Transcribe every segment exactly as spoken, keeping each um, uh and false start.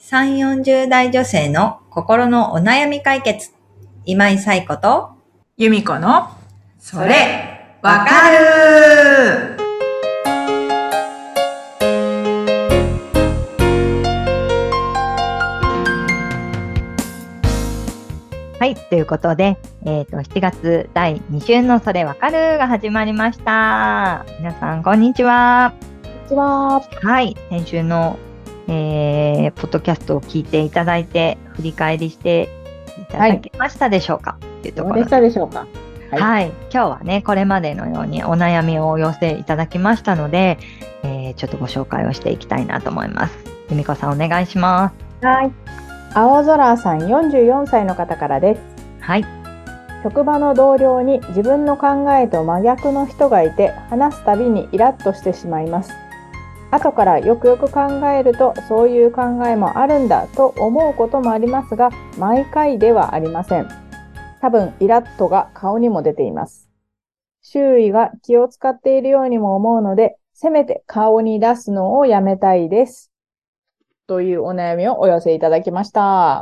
さんじゅう、よんじゅう代女性の心のお悩み解決。今井彩子と由美子のそれわかる。 はい、ということで、えっと、しちがつだいに週のそれわかるが始まりました。皆さん、こんにちは。 こんにちは。 はい、先週の、えー、ポッドキャストを聞いていただいて、振り返りしていただけましたでしょうか、はい、っていうところどうでしたでしょうか。 はい、はい、今日はね、これまでのようにお悩みをお寄せいただきましたので、えー、ちょっとご紹介をしていきたいなと思います。由美子さん、お願いします。 はい。青空さん、よんじゅうよんさいの方からです。 はい。 職場の同僚に自分の考えと真逆の人がいて、話すたびにイラッとしてしまいます。後からよくよく考えると、そういう考えもあるんだと思うこともありますが、毎回ではありません。多分イラッとが顔にも出ています。周囲が気を使っているようにも思うので、せめて顔に出すのをやめたいです。というお悩みをお寄せいただきました。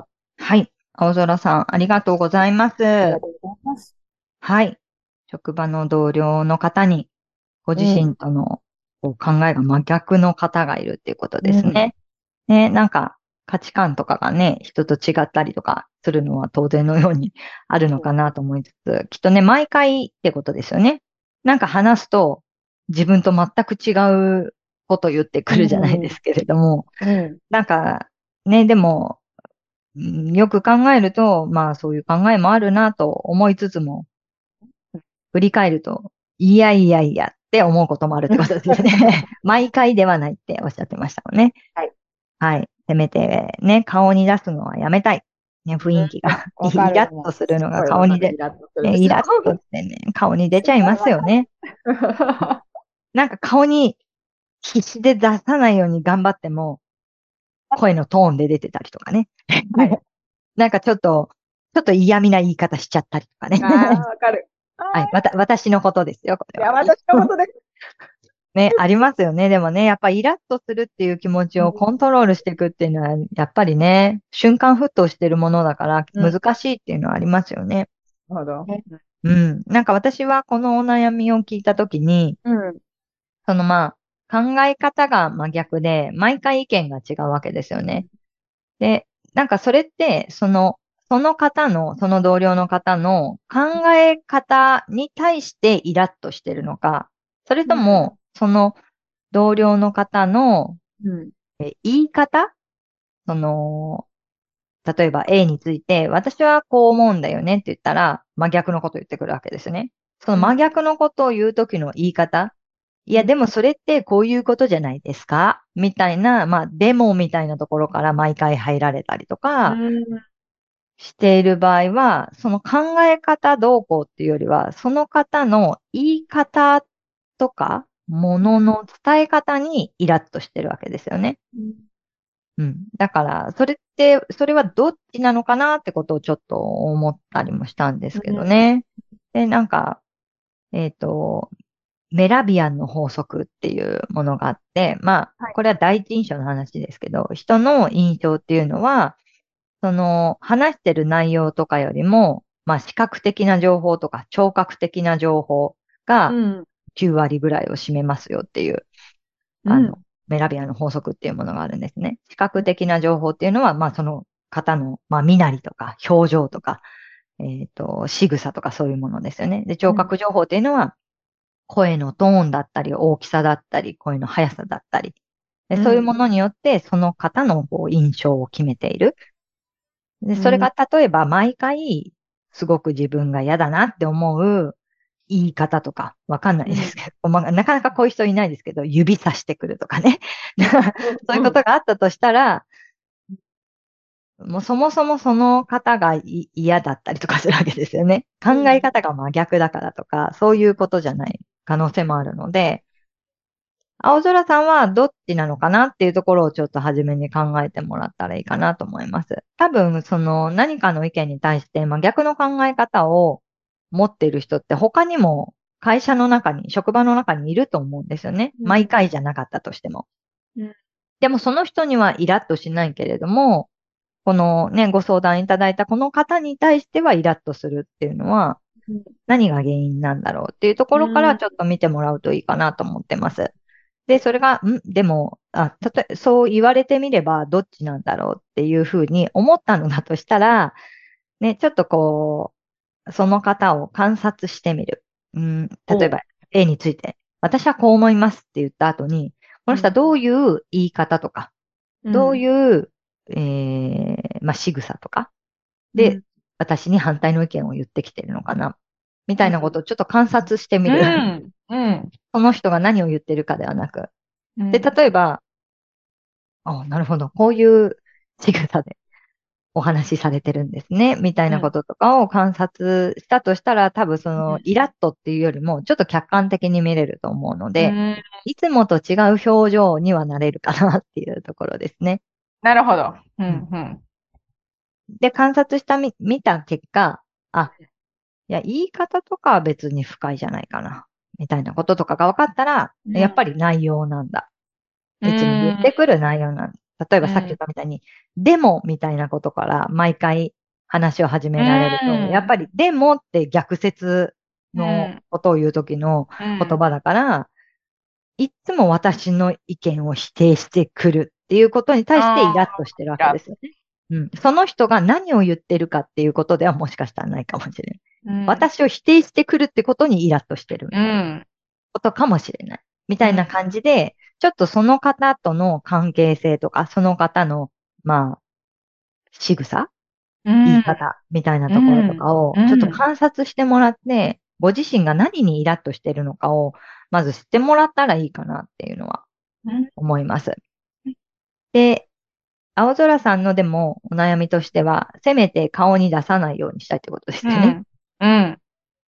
はい。青空さん、ありがとうございます。 ありがとうございます。 はい。職場の同僚の方に、ご自身との考えが真逆の方がいるっていうことですね。うん、ね、なんか価値観とかがね、人と違ったりとかするのは当然のようにあるのかなと思いつつ、きっとね、毎回ってことですよね。なんか話すと、自分と全く違うこと言ってくるじゃないですけれども、 うんうん、 なんかね、でも、よく考えると、まあそういう考えもあるなと思いつつも、振り返ると、いやいやいやって思うこともあるってことですね。毎回ではないっておっしゃってましたもんね。 はい。 はい。せめてね、顔に出すのはやめたい。ね、雰囲気が、 うん、 イラッとするのが顔に出、 イラッとするね、イラッとってね、顔に出ちゃいますよね。なんか顔に必死で出さないように頑張っても、声のトーンで出てたりとかね。はい、なんかちょっと、ちょっと嫌味な言い方しちゃったりとかね。 ああ、わかる。 はい。わた、私のことですよ、これは。 いや、私のことです。 ね、ありますよね。でもね、やっぱイラッとするっていう気持ちをコントロールしていくっていうのは、やっぱりね、瞬間沸騰してるものだから難しいっていうのはありますよね。 なるほど。 うん。なんか私はこのお悩みを聞いたときに、 うん、 そのまあ、考え方が真逆で、毎回意見が違うわけですよね。で、なんかそれって、その、その方の、その同僚の方の考え方に対してイラッとしてるのか、それとも、その同僚の方の、 うん、 え言い方その、例えば A について、私はこう思うんだよねって言ったら、真逆のことを言ってくるわけですね。その真逆のことを言うときの言い方、いや、でもそれってこういうことじゃないですかみたいな、まあ、デモみたいなところから毎回入られたりとかしている場合は、その考え方どうこうっていうよりは、その方の言い方とか、ものの伝え方にイラッとしてるわけですよね。うん。だから、それって、それはどっちなのかなってことをちょっと思ったりもしたんですけどね。で、なんか、えっと、メラビアンの法則っていうものがあって、まあ、これは第一印象の話ですけど、人の印象っていうのは、その、話してる内容とかよりも、まあ、視覚的な情報とか聴覚的な情報がきゅう割ぐらいを占めますよっていう、あの、メラビアンの法則っていうものがあるんですね。視覚的な情報っていうのは、まあ、その方の、まあ、身なりとか表情とか、えっと、仕草とかそういうものですよね。で、聴覚情報っていうのは、声のトーンだったり、大きさだったり、声の速さだったり、でそういうものによって、その方のこう印象を決めている。で、それが例えば毎回、すごく自分が嫌だなって思う言い方とか、わかんないですけど、まあ、なかなかこういう人いないですけど、指さしてくるとかね。そういうことがあったとしたら、もうそもそもその方がい嫌だったりとかするわけですよね。考え方が真逆だからとか、そういうことじゃない可能性もあるので、青空さんはどっちなのかなっていうところをちょっと初めに考えてもらったらいいかなと思います。多分、その何かの意見に対して真逆の考え方を持っている人って他にも会社の中に、職場の中にいると思うんですよね。毎回じゃなかったとしても。 でもその人にはイラッとしないけれども、このね、ご相談いただいたこの方に対してはイラッとするっていうのは何が原因なんだろうっていうところからちょっと見てもらうといいかなと思ってます。で、それが、んでも、あ、たとえ、そう言われてみればどっちなんだろうっていうふうに思ったのだとしたら、ね、ちょっとこう、その方を観察してみる。うん、例えば A について、私はこう思いますって言った後に、この人はどういう言い方とか、どういう、えー、まあ、仕草とかで、私に反対の意見を言ってきてるのかな、みたいなことをちょっと観察してみる。 うん。うん。 その人が何を言ってるかではなく。で、例えば、あ、なるほど、こういう仕草でお話しされてるんですね、みたいなこととかを観察したとしたら、多分そのイラッとっていうよりも、ちょっと客観的に見れると思うので、いつもと違う表情にはなれるかなっていうところですね。 なるほど。うん、うん。 で、観察したみ、見た結果、あ、いや、言い方とかは別に不快じゃないかな、みたいなこととかが分かったら、やっぱり内容なんだ。いつも言ってくる内容なんだ。例えばさっき言ったみたいに、でもみたいなことから毎回話を始められると、やっぱりでもって逆説のことを言うときの言葉だから、いつも私の意見を否定してくるっていうことに対してイラッとしてるわけですよね。うん、その人が何を言ってるかっていうことではもしかしたらないかもしれない。うん、私を否定してくるってことにイラッとしてるみたいなことかもしれない。みたいな感じで、ちょっとその方との関係性とか、その方の、まあ、仕草、言い方みたいなところとかを、ちょっと観察してもらって、ご自身が何にイラッとしてるのかを、まず知ってもらったらいいかなっていうのは思います。で、青空さんのでもお悩みとしては、せめて顔に出さないようにしたいってことですよね。 うん。うん。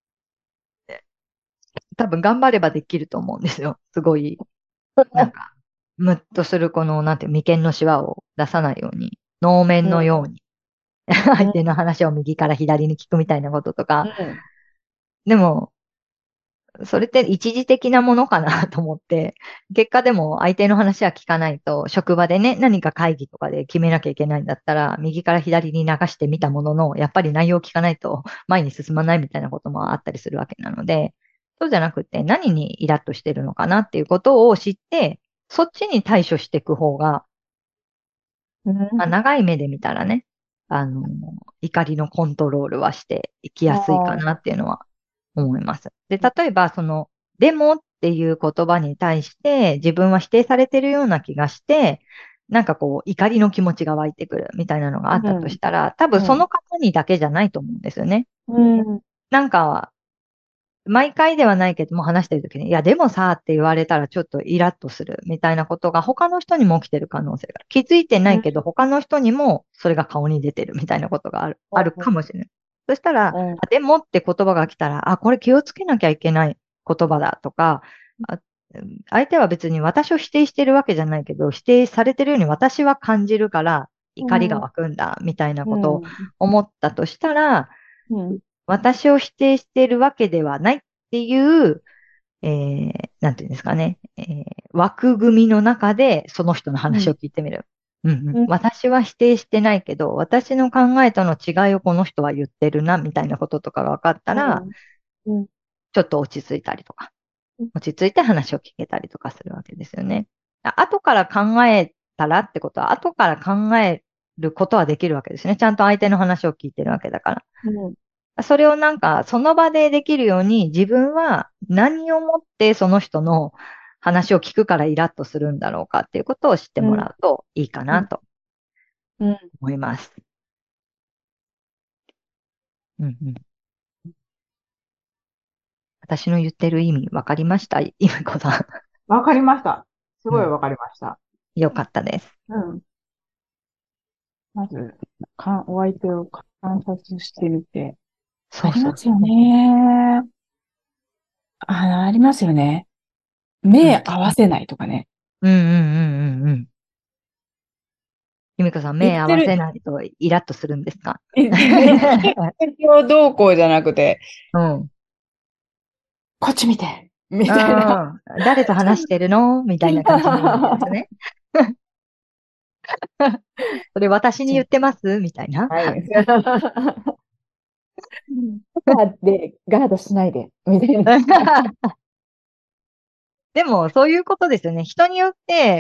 多分頑張ればできると思うんですよ。すごい、なんか、ムッとするこの、なんていう、眉間のシワを出さないように、能面のように、相手の話を右から左に聞くみたいなこととか。でも、それって一時的なものかなと思って、結果でも相手の話は聞かないと、職場でね、何か会議とかで決めなきゃいけないんだったら、右から左に流してみたものの、やっぱり内容を聞かないと前に進まないみたいなこともあったりするわけなので、そうじゃなくて何にイラッとしてるのかなっていうことを知って、そっちに対処していく方が、まあ、長い目で見たらね、あの、怒りのコントロールはしていきやすいかなっていうのは思います。で、例えば、その、でもっていう言葉に対して自分は否定されてるような気がして、なんかこう、怒りの気持ちが湧いてくるみたいなのがあったとしたら、多分その方にだけじゃないと思うんですよね。 うん。 なんか、毎回ではないけども話してるときに、いや、でもさって言われたらちょっとイラッとするみたいなことが他の人にも起きてる可能性がある。気づいてないけど、他の人にもそれが顔に出てるみたいなことがある、あるかもしれない。そしたら、あでもって言葉が来たら、あ、これ気をつけなきゃいけない言葉だとか、あ相手は別に私を否定してるわけじゃないけど、否定されてるように私は感じるから怒りが湧くんだみたいなことを思ったとしたら、私を否定しているわけではないっていう、えー、なんていうんですかね、えー、枠組みの中でその人の話を聞いてみる。うんうん、私は否定してないけど、私の考えとの違いをこの人は言ってるな、みたいなこととかが分かったら、ちょっと落ち着いたりとか、落ち着いて話を聞けたりとかするわけですよね。後から考えたらってことは、後から考えることはできるわけですね。ちゃんと相手の話を聞いてるわけだから。それをなんか、その場でできるように、自分は何をもってその人の話を聞くからイラッとするんだろうかっていうことを知ってもらうといいかなと思います。うんうん、私の言ってる意味分かりました？いむこさん。 わかりました。すごいわかりました。 うん、よかったです。 うん。まず、かお相手を観察してみて。 そうそう。 ありますよね。あ、ありますよね。目合わせないとかね。 うんうんうんうんうん。ゆみこさん、目合わせないとイラッとするんですか？ 勉強動向じゃなくて、 うん。 こっち見てみたいな。 誰と話してるのみたいな感じの意味ですね。 それ私に言ってますみたいな。 はい。パパでガードしないで、みたいな。 でも、そういうことですよね。人によって、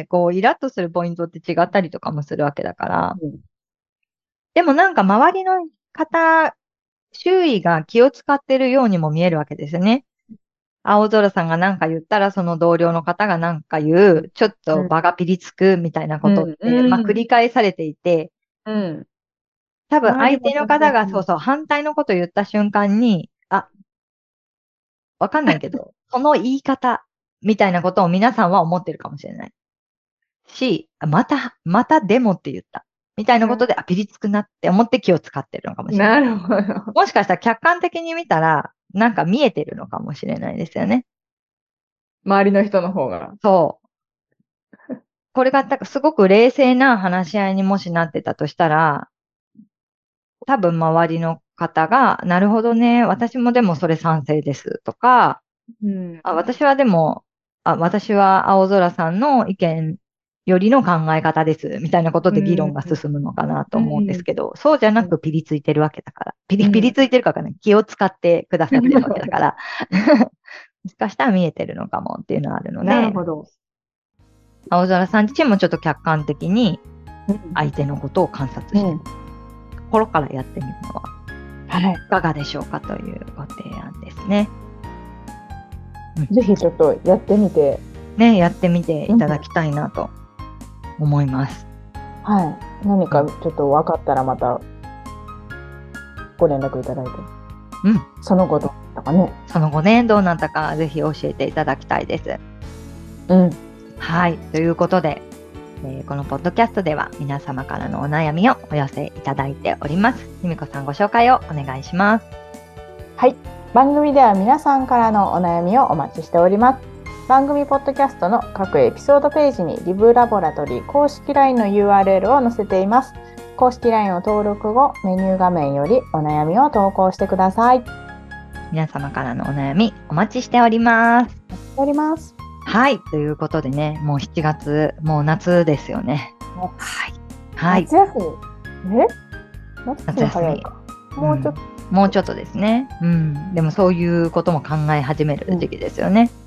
こう、イラッとするポイントって違ったりとかもするわけだから。 うんでもなんか周りの方、周囲が気を使ってるようにも見えるわけですよね。青空さんが何か言ったら、その同僚の方が何か言う、ちょっと場がピリつくみたいなことって、 うんまあ繰り返されていて、 うん。 多分周りも相手の方がうんそうそう反対のこと言った瞬間に、あ、わかんないけど、その言い方みたいなことを皆さんは思ってるかもしれない。し、あまた、またでもって言った。みたいなことで、あ、ピリつくなって思って気を使ってるのかもしれない。 なるほど。 もしかしたら客観的に見たら、なんか見えてるのかもしれないですよね。 周りの人の方が。 そう。これがだからすごく冷静な話し合いにもしなってたとしたら、多分周りの方が、なるほどね、私もでもそれ賛成ですとか、 うん。 あ、私はでも、あ、私は青空さんの意見よりの考え方です、みたいなことで議論が進むのかなと思うんですけど、そうじゃなくピリついてるわけだから、ピリピリついてるかがね、気を使ってくださってるわけだから、もしかしたら見えてるのかもっていうのはあるので、 なるほど。 青空さん自身もちょっと客観的にうん相手のことを観察して、 うんところからやってみるのははい。 いかがでしょうかというご提案ですね。 ぜひちょっとやってみて、 ね、やってみていただきたいなと思います。 はい。何かちょっと分かったらまたご連絡いただいて。 うん。 その後どうだったかね。 その後ね、どうなったかぜひ教えていただきたいです。 うん。 はい。ということで、えーこのポッドキャストでは皆様からのお悩みをお寄せいただいております。ひみこさんご紹介をお願いします。 はい。番組では皆さんからのお悩みをお待ちしております。番組ポッドキャストの各エピソードページにリブラボラトリー公式 ライン の ユーアールエル を載せています。公式 ライン を登録後、メニュー画面よりお悩みを投稿してください。 皆様からのお悩みお待ちしております。 しております。 はい。ということでね、もうしちがつ、もう夏ですよね。はい。はい。 夏休み。え夏休み早いか。 みもうちょっと、 もうちょっとですね。うん。でもそういうことも考え始める時期ですよね。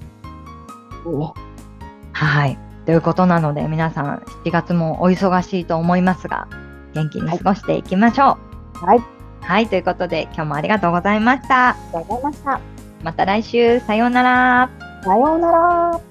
はい。ということなので、皆さん、しちがつもお忙しいと思いますが、元気に過ごしていきましょう。 はい。 はい。ということで、今日もありがとうございました。 ありがとうございました。 また来週、さようなら。 さようなら。